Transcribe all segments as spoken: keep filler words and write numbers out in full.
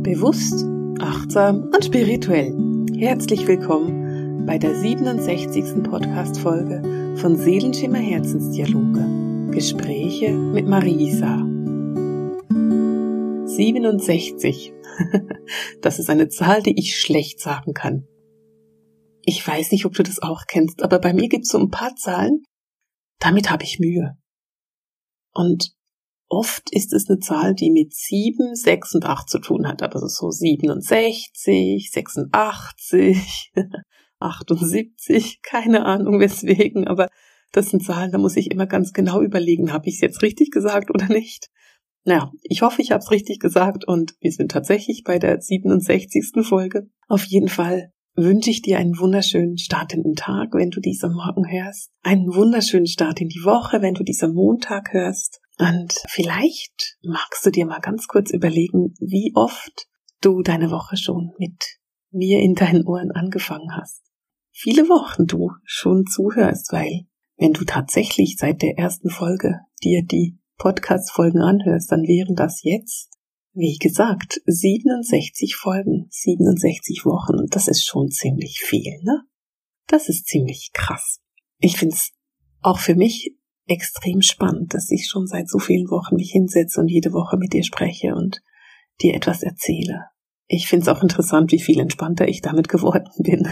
Bewusst, achtsam und spirituell. Herzlich willkommen bei der siebenundsechzigsten Podcast-Folge von Seelenschimmer Herzensdialoge. Gespräche mit Marisa. siebenundsechzig. Das ist eine Zahl, die ich schlecht sagen kann. Ich weiß nicht, ob du das auch kennst, aber bei mir gibt es so ein paar Zahlen, damit habe ich Mühe. Und oft ist es eine Zahl, die mit sieben, sechs und acht zu tun hat. Also so siebenundsechzig, sechsundachtzig, achtundsiebzig, keine Ahnung weswegen. Aber das sind Zahlen, da muss ich immer ganz genau überlegen, habe ich es jetzt richtig gesagt oder nicht. Naja, ich hoffe, ich habe es richtig gesagt und wir sind tatsächlich bei der siebenundsechzigsten Folge. Auf jeden Fall wünsche ich dir einen wunderschönen Start in den Tag, wenn du dies am Morgen hörst. Einen wunderschönen Start in die Woche, wenn du dies am Montag hörst. Und vielleicht magst du dir mal ganz kurz überlegen, wie oft du deine Woche schon mit mir in deinen Ohren angefangen hast. Viele Wochen du schon zuhörst, weil wenn du tatsächlich seit der ersten Folge dir die Podcast-Folgen anhörst, dann wären das jetzt, wie gesagt, siebenundsechzig Folgen, siebenundsechzig Wochen und das ist schon ziemlich viel, ne? Das ist ziemlich krass. Ich finde es auch für mich extrem spannend, dass ich schon seit so vielen Wochen mich hinsetze und jede Woche mit dir spreche und dir etwas erzähle. Ich finde es auch interessant, wie viel entspannter ich damit geworden bin.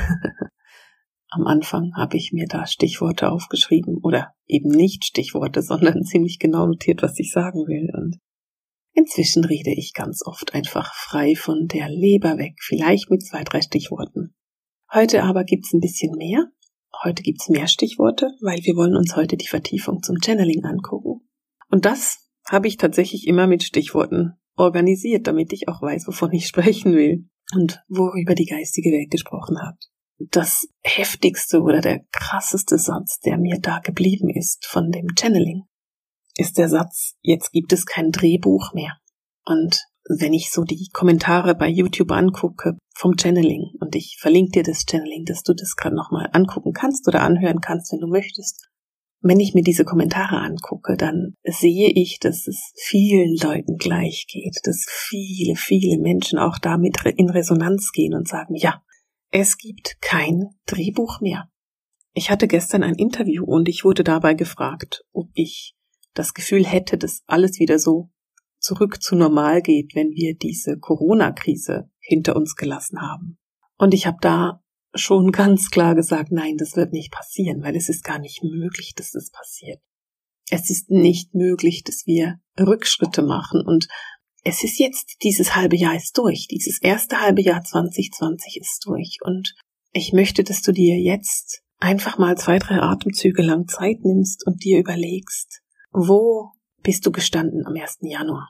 Am Anfang habe ich mir da Stichworte aufgeschrieben oder eben nicht Stichworte, sondern ziemlich genau notiert, was ich sagen will. Und inzwischen rede ich ganz oft einfach frei von der Leber weg, vielleicht mit zwei, drei Stichworten. Heute aber gibt's ein bisschen mehr. Heute gibt's mehr Stichworte, weil wir wollen uns heute die Vertiefung zum Channeling angucken. Und das habe ich tatsächlich immer mit Stichworten organisiert, damit ich auch weiß, wovon ich sprechen will und worüber die geistige Welt gesprochen hat. Das heftigste oder der krasseste Satz, der mir da geblieben ist von dem Channeling, ist der Satz, jetzt gibt es kein Drehbuch mehr. Und wenn ich so die Kommentare bei YouTube angucke vom Channeling und ich verlinke dir das Channeling, dass du das gerade nochmal angucken kannst oder anhören kannst, wenn du möchtest. Wenn ich mir diese Kommentare angucke, dann sehe ich, dass es vielen Leuten gleich geht, dass viele, viele Menschen auch damit in Resonanz gehen und sagen, ja, es gibt kein Drehbuch mehr. Ich hatte gestern ein Interview und ich wurde dabei gefragt, ob ich das Gefühl hätte, dass alles wieder so zurück zu normal geht, wenn wir diese Corona-Krise hinter uns gelassen haben. Und ich habe da schon ganz klar gesagt, nein, das wird nicht passieren, weil es ist gar nicht möglich, dass das passiert. Es ist nicht möglich, dass wir Rückschritte machen und es ist jetzt, dieses halbe Jahr ist durch, dieses erste halbe Jahr zwanzig zwanzig ist durch und ich möchte, dass du dir jetzt einfach mal zwei, drei Atemzüge lang Zeit nimmst und dir überlegst, wo bist du gestanden am ersten Januar?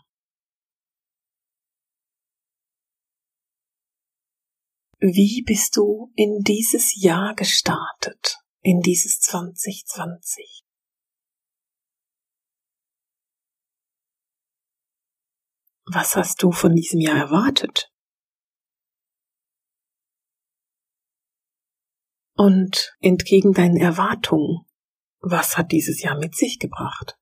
Wie bist du in dieses Jahr gestartet, in dieses zwanzig zwanzig? Was hast du von diesem Jahr erwartet? Und entgegen deinen Erwartungen, was hat dieses Jahr mit sich gebracht?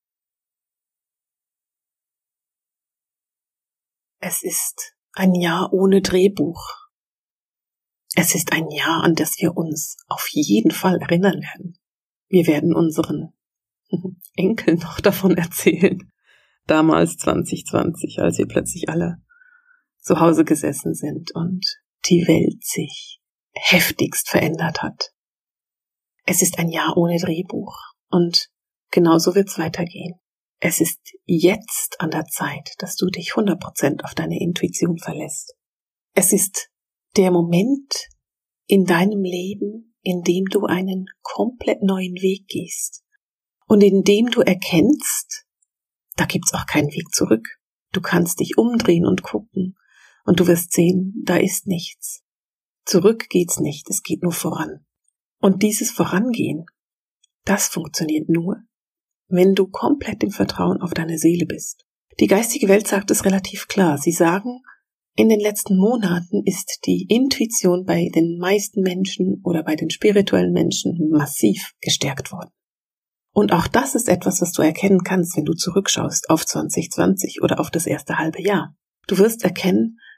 Es ist ein Jahr ohne Drehbuch. Es ist ein Jahr, an das wir uns auf jeden Fall erinnern werden. Wir werden unseren Enkeln noch davon erzählen. Damals zwanzig zwanzig, als wir plötzlich alle zu Hause gesessen sind und die Welt sich heftigst verändert hat. Es ist ein Jahr ohne Drehbuch und genauso wird's weitergehen. Es ist jetzt an der Zeit, dass du dich hundert Prozent auf deine Intuition verlässt. Es ist der Moment in deinem Leben, in dem du einen komplett neuen Weg gehst und in dem du erkennst, da gibt's auch keinen Weg zurück. Du kannst dich umdrehen und gucken und du wirst sehen, da ist nichts. Zurück geht's nicht, es geht nur voran. Und dieses Vorangehen, das funktioniert nur, wenn du komplett im Vertrauen auf deine Seele bist. Die geistige Welt sagt es relativ klar. Sie sagen, in den letzten Monaten ist die Intuition bei den meisten Menschen oder bei den spirituellen Menschen massiv gestärkt worden. Und auch das ist etwas, was du erkennen kannst, wenn du zurückschaust auf zwanzig zwanzig oder auf das erste halbe Jahr. Du wirst erkennen,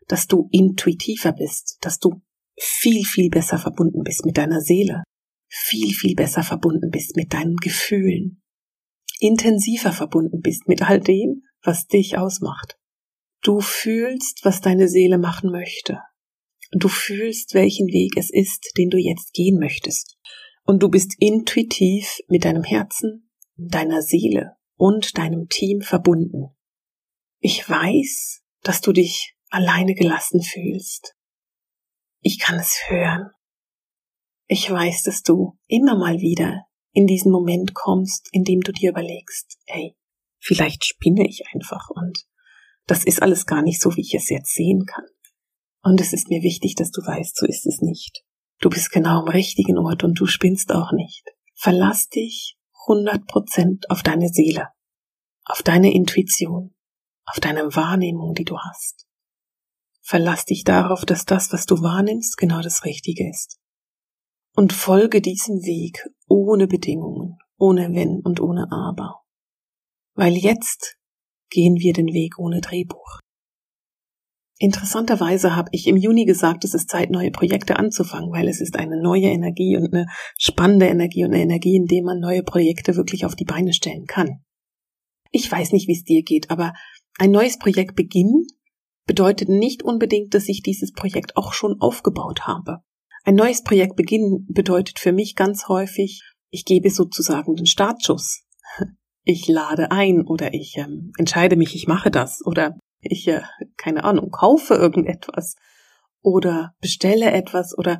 dass du intuitiver bist, dass du viel, viel besser verbunden bist mit deiner Seele, viel, viel besser verbunden bist mit deinen Gefühlen, intensiver verbunden bist mit all dem, was dich ausmacht. Du fühlst, was deine Seele machen möchte. Du fühlst, welchen Weg es ist, den du jetzt gehen möchtest. Und du bist intuitiv mit deinem Herzen, deiner Seele und deinem Team verbunden. Ich weiß, dass du dich alleine gelassen fühlst. Ich kann es hören. Ich weiß, dass du immer mal wieder in diesen Moment kommst, in dem du dir überlegst, hey, vielleicht spinne ich einfach und das ist alles gar nicht so, wie ich es jetzt sehen kann. Und es ist mir wichtig, dass du weißt, so ist es nicht. Du bist genau am richtigen Ort und du spinnst auch nicht. Verlass dich hundert Prozent auf deine Seele, auf deine Intuition, auf deine Wahrnehmung, die du hast. Verlass dich darauf, dass das, was du wahrnimmst, genau das Richtige ist. Und folge diesem Weg ohne Bedingungen, ohne Wenn und ohne Aber. Weil jetzt gehen wir den Weg ohne Drehbuch. Interessanterweise habe ich im Juni gesagt, es ist Zeit, neue Projekte anzufangen, weil es ist eine neue Energie und eine spannende Energie und eine Energie, in der man neue Projekte wirklich auf die Beine stellen kann. Ich weiß nicht, wie es dir geht, aber ein neues Projekt beginnen bedeutet nicht unbedingt, dass ich dieses Projekt auch schon aufgebaut habe. Ein neues Projekt beginnen bedeutet für mich ganz häufig, ich gebe sozusagen den Startschuss. Ich lade ein oder ich ähm, entscheide mich, ich mache das oder ich, äh, keine Ahnung, kaufe irgendetwas oder bestelle etwas oder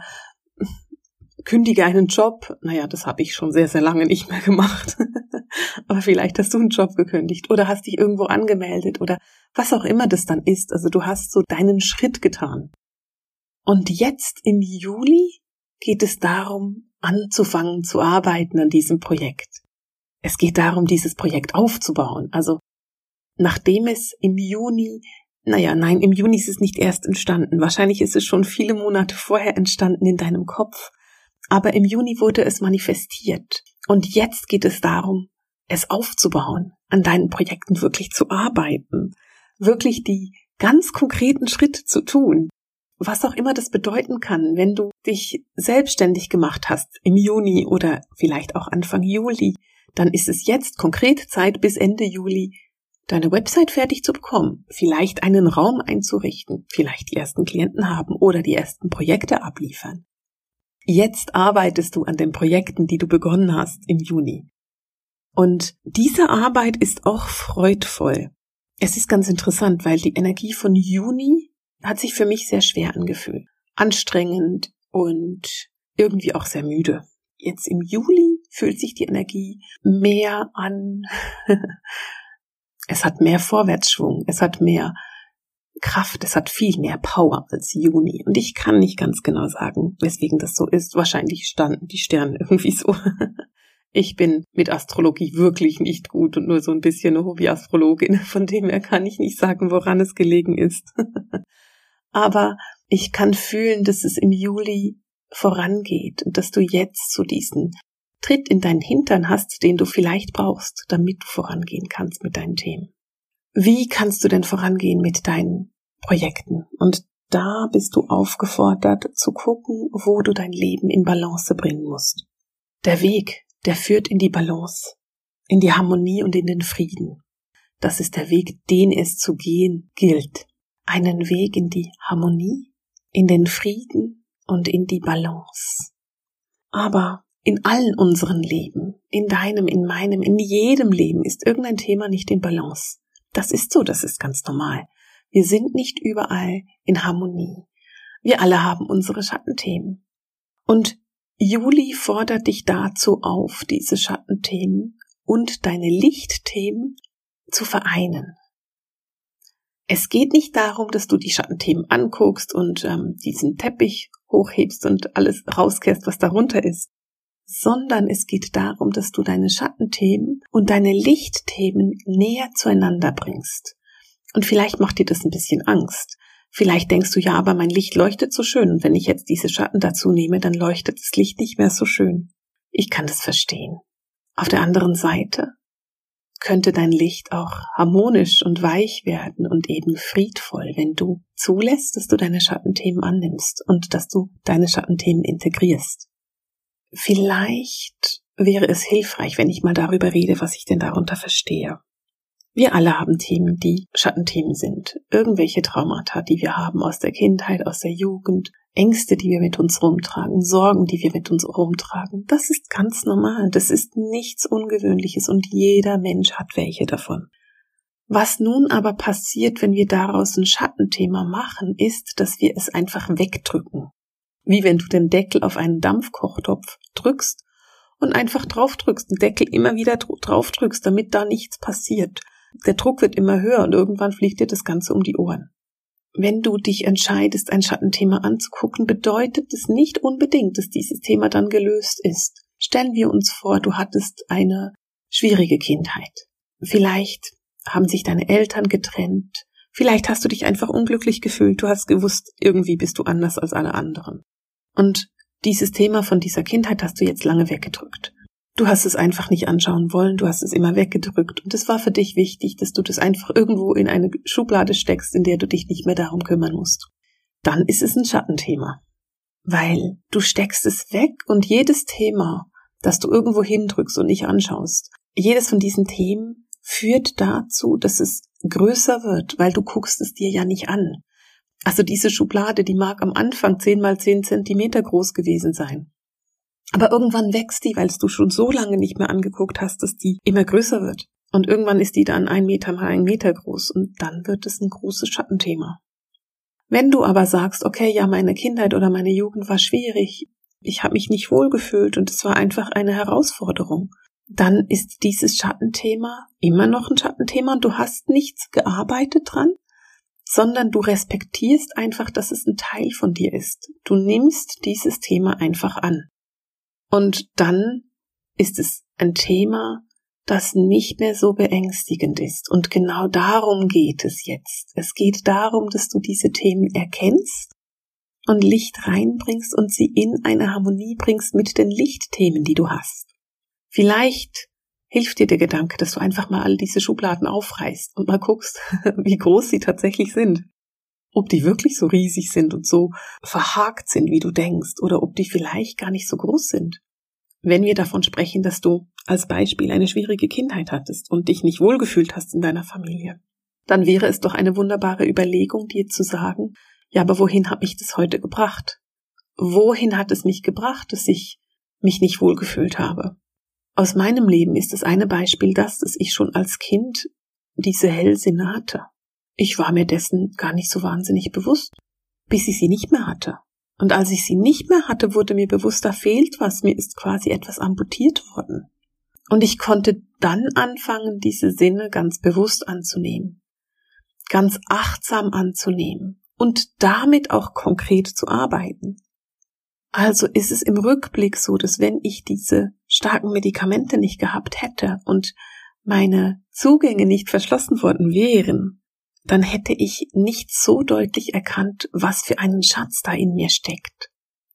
kündige einen Job. Naja, das habe ich schon sehr, sehr lange nicht mehr gemacht. Aber vielleicht hast du einen Job gekündigt oder hast dich irgendwo angemeldet oder was auch immer das dann ist. Also du hast so deinen Schritt getan. Und jetzt im Juli geht es darum, anzufangen zu arbeiten an diesem Projekt. Es geht darum, dieses Projekt aufzubauen. Also nachdem es im Juni, naja, nein, im Juni ist es nicht erst entstanden. Wahrscheinlich ist es schon viele Monate vorher entstanden in deinem Kopf. Aber im Juni wurde es manifestiert. Und jetzt geht es darum, es aufzubauen, an deinen Projekten wirklich zu arbeiten, wirklich die ganz konkreten Schritte zu tun. Was auch immer das bedeuten kann, wenn du dich selbstständig gemacht hast im Juni oder vielleicht auch Anfang Juli, dann ist es jetzt konkret Zeit bis Ende Juli, deine Website fertig zu bekommen, vielleicht einen Raum einzurichten, vielleicht die ersten Klienten haben oder die ersten Projekte abliefern. Jetzt arbeitest du an den Projekten, die du begonnen hast im Juni. Und diese Arbeit ist auch freudvoll. Es ist ganz interessant, weil die Energie von Juni hat sich für mich sehr schwer angefühlt. Anstrengend und irgendwie auch sehr müde. Jetzt im Juli fühlt sich die Energie mehr an, es hat mehr Vorwärtsschwung, es hat mehr Kraft, es hat viel mehr Power als Juni. Und ich kann nicht ganz genau sagen, weswegen das so ist. Wahrscheinlich standen die Sterne irgendwie so. Ich bin mit Astrologie wirklich nicht gut und nur so ein bisschen eine Hobby-Astrologin. Von dem her kann ich nicht sagen, woran es gelegen ist. Aber ich kann fühlen, dass es im Juli vorangeht und dass du jetzt so diesen Tritt in deinen Hintern hast, den du vielleicht brauchst, damit du vorangehen kannst mit deinen Themen. Wie kannst du denn vorangehen mit deinen Projekten? Und da bist du aufgefordert zu gucken, wo du dein Leben in Balance bringen musst. Der Weg, der führt in die Balance, in die Harmonie und in den Frieden. Das ist der Weg, den es zu gehen gilt. Einen Weg in die Harmonie, in den Frieden und in die Balance. Aber in allen unseren Leben, in deinem, in meinem, in jedem Leben ist irgendein Thema nicht in Balance. Das ist so, das ist ganz normal. Wir sind nicht überall in Harmonie. Wir alle haben unsere Schattenthemen. Und Juli fordert dich dazu auf, diese Schattenthemen und deine Lichtthemen zu vereinen. Es geht nicht darum, dass du die Schattenthemen anguckst und ähm, diesen Teppich hochhebst und alles rauskehrst, was darunter ist, sondern es geht darum, dass du deine Schattenthemen und deine Lichtthemen näher zueinander bringst. Und vielleicht macht dir das ein bisschen Angst. Vielleicht denkst du, ja, aber mein Licht leuchtet so schön und wenn ich jetzt diese Schatten dazu nehme, dann leuchtet das Licht nicht mehr so schön. Ich kann das verstehen. Auf der anderen Seite könnte dein Licht auch harmonisch und weich werden und eben friedvoll, wenn du zulässt, dass du deine Schattenthemen annimmst und dass du deine Schattenthemen integrierst. Vielleicht wäre es hilfreich, wenn ich mal darüber rede, was ich denn darunter verstehe. Wir alle haben Themen, die Schattenthemen sind. Irgendwelche Traumata, die wir haben aus der Kindheit, aus der Jugend, Ängste, die wir mit uns rumtragen, Sorgen, die wir mit uns rumtragen. Das ist ganz normal. Das ist nichts Ungewöhnliches und jeder Mensch hat welche davon. Was nun aber passiert, wenn wir daraus ein Schattenthema machen, ist, dass wir es einfach wegdrücken. Wie wenn du den Deckel auf einen Dampfkochtopf drückst und einfach draufdrückst, den Deckel immer wieder draufdrückst, damit da nichts passiert. Der Druck wird immer höher und irgendwann fliegt dir das Ganze um die Ohren. Wenn du dich entscheidest, ein Schattenthema anzugucken, bedeutet es nicht unbedingt, dass dieses Thema dann gelöst ist. Stellen wir uns vor, du hattest eine schwierige Kindheit. Vielleicht haben sich deine Eltern getrennt. Vielleicht hast du dich einfach unglücklich gefühlt. Du hast gewusst, irgendwie bist du anders als alle anderen. Und dieses Thema von dieser Kindheit hast du jetzt lange weggedrückt. Du hast es einfach nicht anschauen wollen, du hast es immer weggedrückt und es war für dich wichtig, dass du das einfach irgendwo in eine Schublade steckst, in der du dich nicht mehr darum kümmern musst. Dann ist es ein Schattenthema, weil du steckst es weg und jedes Thema, das du irgendwo hindrückst und nicht anschaust, jedes von diesen Themen führt dazu, dass es größer wird, weil du guckst es dir ja nicht an. Also diese Schublade, die mag am Anfang zehn mal zehn Zentimeter groß gewesen sein. Aber irgendwann wächst die, weil du schon so lange nicht mehr angeguckt hast, dass die immer größer wird. Und irgendwann ist die dann ein Meter mal ein Meter groß und dann wird es ein großes Schattenthema. Wenn du aber sagst, okay, ja, meine Kindheit oder meine Jugend war schwierig, ich habe mich nicht wohlgefühlt und es war einfach eine Herausforderung, dann ist dieses Schattenthema immer noch ein Schattenthema und du hast nichts gearbeitet dran, sondern du respektierst einfach, dass es ein Teil von dir ist. Du nimmst dieses Thema einfach an. Und dann ist es ein Thema, das nicht mehr so beängstigend ist. Und genau darum geht es jetzt. Es geht darum, dass du diese Themen erkennst und Licht reinbringst und sie in eine Harmonie bringst mit den Lichtthemen, die du hast. Vielleicht hilft dir der Gedanke, dass du einfach mal all diese Schubladen aufreißt und mal guckst, wie groß sie tatsächlich sind. Ob die wirklich so riesig sind und so verhakt sind, wie du denkst, oder ob die vielleicht gar nicht so groß sind. Wenn wir davon sprechen, dass du als Beispiel eine schwierige Kindheit hattest und dich nicht wohlgefühlt hast in deiner Familie, dann wäre es doch eine wunderbare Überlegung, dir zu sagen, ja, aber wohin hat mich das heute gebracht? Wohin hat es mich gebracht, dass ich mich nicht wohlgefühlt habe? Aus meinem Leben ist das eine Beispiel das, dass ich schon als Kind diese Hellsinne hatte. Ich war mir dessen gar nicht so wahnsinnig bewusst, bis ich sie nicht mehr hatte. Und als ich sie nicht mehr hatte, wurde mir bewusst, da fehlt was, mir ist quasi etwas amputiert worden. Und ich konnte dann anfangen, diese Sinne ganz bewusst anzunehmen, ganz achtsam anzunehmen und damit auch konkret zu arbeiten. Also ist es im Rückblick so, dass wenn ich diese starken Medikamente nicht gehabt hätte und meine Zugänge nicht verschlossen worden wären, dann hätte ich nicht so deutlich erkannt, was für einen Schatz da in mir steckt,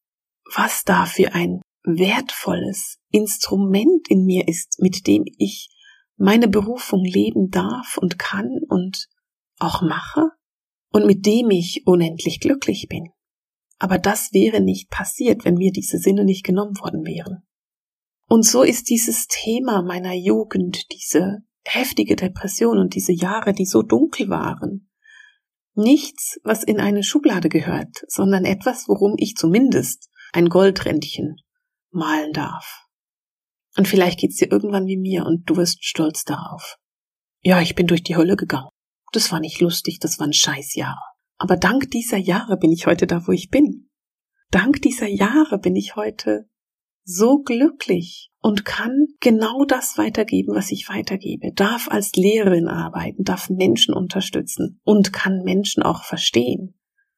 was da für ein wertvolles Instrument in mir ist, mit dem ich meine Berufung leben darf und kann und auch mache und mit dem ich unendlich glücklich bin. Aber das wäre nicht passiert, wenn mir diese Sinne nicht genommen worden wären. Und so ist dieses Thema meiner Jugend, diese heftige Depression und diese Jahre, die so dunkel waren, nichts, was in eine Schublade gehört, sondern etwas, worum ich zumindest ein Goldrändchen malen darf. Und vielleicht geht's dir irgendwann wie mir und du wirst stolz darauf. Ja, ich bin durch die Hölle gegangen. Das war nicht lustig, das waren Scheißjahre. Aber dank dieser Jahre bin ich heute da, wo ich bin. Dank dieser Jahre bin ich heute so glücklich und kann genau das weitergeben, was ich weitergebe, darf als Lehrerin arbeiten, darf Menschen unterstützen und kann Menschen auch verstehen.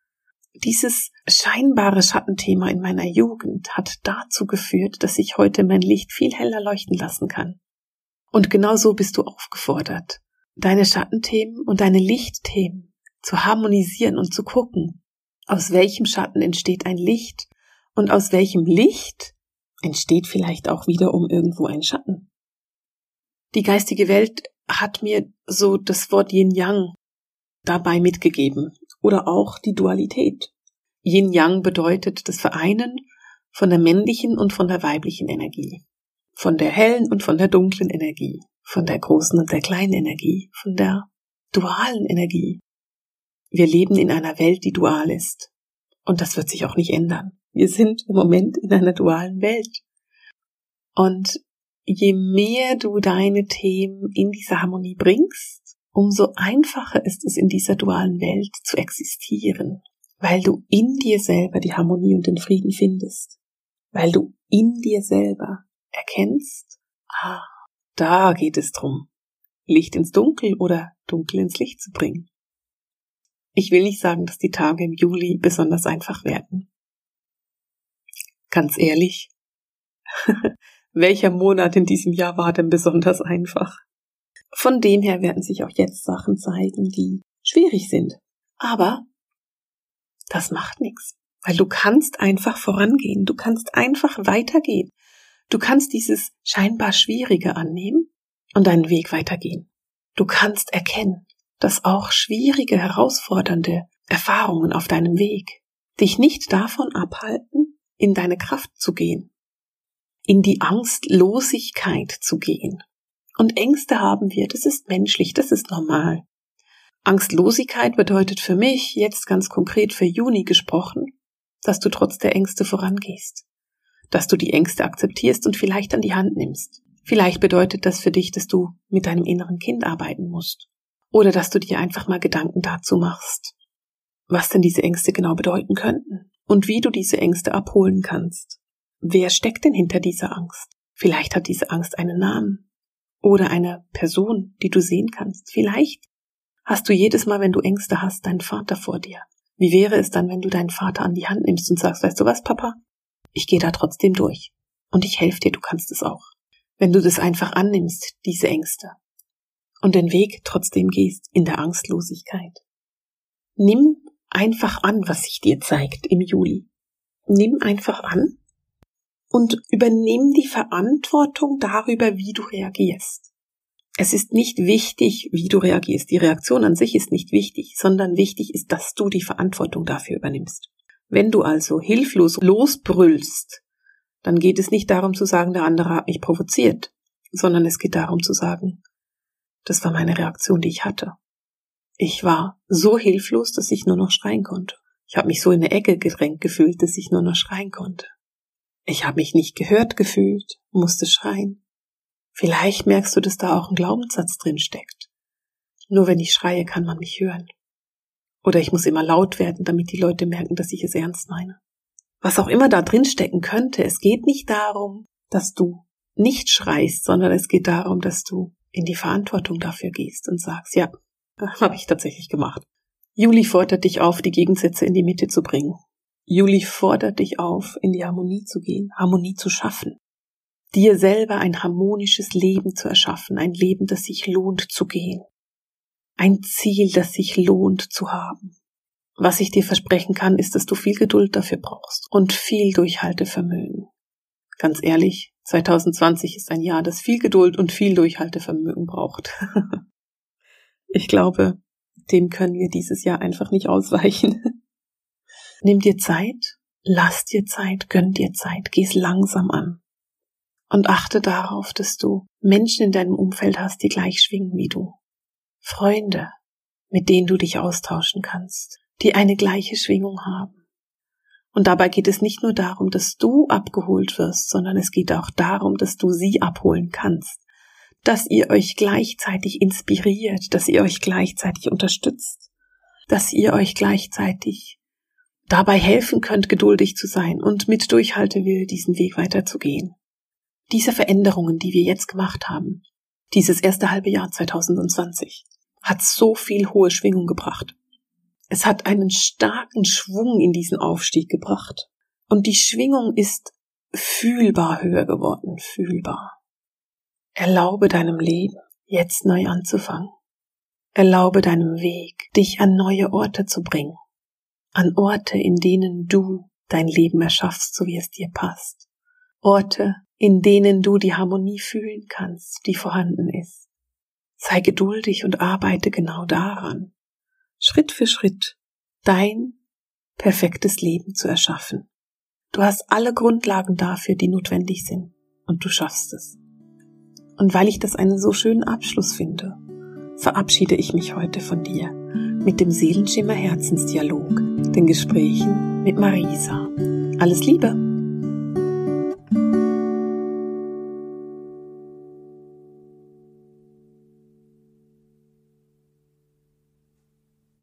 Dieses scheinbare Schattenthema in meiner Jugend hat dazu geführt, dass ich heute mein Licht viel heller leuchten lassen kann. Und genau so bist du aufgefordert, deine Schattenthemen und deine Lichtthemen zu harmonisieren und zu gucken, aus welchem Schatten entsteht ein Licht und aus welchem Licht entsteht vielleicht auch wiederum irgendwo ein Schatten. Die geistige Welt hat mir so das Wort Yin-Yang dabei mitgegeben oder auch die Dualität. Yin-Yang bedeutet das Vereinen von der männlichen und von der weiblichen Energie, von der hellen und von der dunklen Energie, von der großen und der kleinen Energie, von der dualen Energie. Wir leben in einer Welt, die dual ist. Und das wird sich auch nicht ändern. Wir sind im Moment in einer dualen Welt. Und je mehr du deine Themen in diese Harmonie bringst, umso einfacher ist es, in dieser dualen Welt zu existieren, weil du in dir selber die Harmonie und den Frieden findest, weil du in dir selber erkennst, ah, da geht es drum, Licht ins Dunkel oder Dunkel ins Licht zu bringen. Ich will nicht sagen, dass die Tage im Juli besonders einfach werden. Ganz ehrlich, welcher Monat in diesem Jahr war denn besonders einfach? Von dem her werden sich auch jetzt Sachen zeigen, die schwierig sind. Aber das macht nichts, weil du kannst einfach vorangehen, du kannst einfach weitergehen. Du kannst dieses scheinbar Schwierige annehmen und deinen Weg weitergehen. Du kannst erkennen, dass auch schwierige, herausfordernde Erfahrungen auf deinem Weg dich nicht davon abhalten, in deine Kraft zu gehen, in die Angstlosigkeit zu gehen. Und Ängste haben wir, das ist menschlich, das ist normal. Angstlosigkeit bedeutet für mich, jetzt ganz konkret für Juni gesprochen, dass du trotz der Ängste vorangehst, dass du die Ängste akzeptierst und vielleicht an die Hand nimmst. Vielleicht bedeutet das für dich, dass du mit deinem inneren Kind arbeiten musst. Oder dass du dir einfach mal Gedanken dazu machst, was denn diese Ängste genau bedeuten könnten und wie du diese Ängste abholen kannst. Wer steckt denn hinter dieser Angst? Vielleicht hat diese Angst einen Namen oder eine Person, die du sehen kannst. Vielleicht hast du jedes Mal, wenn du Ängste hast, deinen Vater vor dir. Wie wäre es dann, wenn du deinen Vater an die Hand nimmst und sagst, weißt du was, Papa? Ich gehe da trotzdem durch und ich helfe dir, du kannst es auch. Wenn du das einfach annimmst, diese Ängste, und den Weg trotzdem gehst in der Angstlosigkeit. Nimm einfach an, was sich dir zeigt im Juli. Nimm einfach an und übernimm die Verantwortung darüber, wie du reagierst. Es ist nicht wichtig, wie du reagierst. Die Reaktion an sich ist nicht wichtig, sondern wichtig ist, dass du die Verantwortung dafür übernimmst. Wenn du also hilflos losbrüllst, dann geht es nicht darum zu sagen, der andere hat mich provoziert, sondern es geht darum zu sagen, das war meine Reaktion, die ich hatte. Ich war so hilflos, dass ich nur noch schreien konnte. Ich habe mich so in eine Ecke gedrängt gefühlt, dass ich nur noch schreien konnte. Ich habe mich nicht gehört gefühlt, musste schreien. Vielleicht merkst du, dass da auch ein Glaubenssatz drin steckt. Nur wenn ich schreie, kann man mich hören. Oder ich muss immer laut werden, damit die Leute merken, dass ich es ernst meine. Was auch immer da drin stecken könnte, es geht nicht darum, dass du nicht schreist, sondern es geht darum, dass du in die Verantwortung dafür gehst und sagst, ja, habe ich tatsächlich gemacht. Juli fordert dich auf, die Gegensätze in die Mitte zu bringen. Juli fordert dich auf, in die Harmonie zu gehen, Harmonie zu schaffen. Dir selber ein harmonisches Leben zu erschaffen, ein Leben, das sich lohnt zu gehen. Ein Ziel, das sich lohnt zu haben. Was ich dir versprechen kann, ist, dass du viel Geduld dafür brauchst und viel Durchhaltevermögen. Ganz ehrlich, zwanzig zwanzig ist ein Jahr, das viel Geduld und viel Durchhaltevermögen braucht. Ich glaube, dem können wir dieses Jahr einfach nicht ausweichen. Nimm dir Zeit, lass dir Zeit, gönn dir Zeit, geh es langsam an. Und achte darauf, dass du Menschen in deinem Umfeld hast, die gleich schwingen wie du. Freunde, mit denen du dich austauschen kannst, die eine gleiche Schwingung haben. Und dabei geht es nicht nur darum, dass du abgeholt wirst, sondern es geht auch darum, dass du sie abholen kannst, dass ihr euch gleichzeitig inspiriert, dass ihr euch gleichzeitig unterstützt, dass ihr euch gleichzeitig dabei helfen könnt, geduldig zu sein und mit Durchhaltewille diesen Weg weiterzugehen. Diese Veränderungen, die wir jetzt gemacht haben, dieses erste halbe Jahr zwanzig zwanzig, hat so viel hohe Schwingung gebracht. Es hat einen starken Schwung in diesen Aufstieg gebracht. Und die Schwingung ist fühlbar höher geworden, fühlbar. Erlaube deinem Leben, jetzt neu anzufangen. Erlaube deinem Weg, dich an neue Orte zu bringen. An Orte, in denen du dein Leben erschaffst, so wie es dir passt. Orte, in denen du die Harmonie fühlen kannst, die vorhanden ist. Sei geduldig und arbeite genau daran, Schritt für Schritt dein perfektes Leben zu erschaffen. Du hast alle Grundlagen dafür, die notwendig sind, und du schaffst es. Und weil ich das einen so schönen Abschluss finde, verabschiede ich mich heute von dir mit dem Seelenschimmer Herzensdialog, den Gesprächen mit Marisa. Alles Liebe!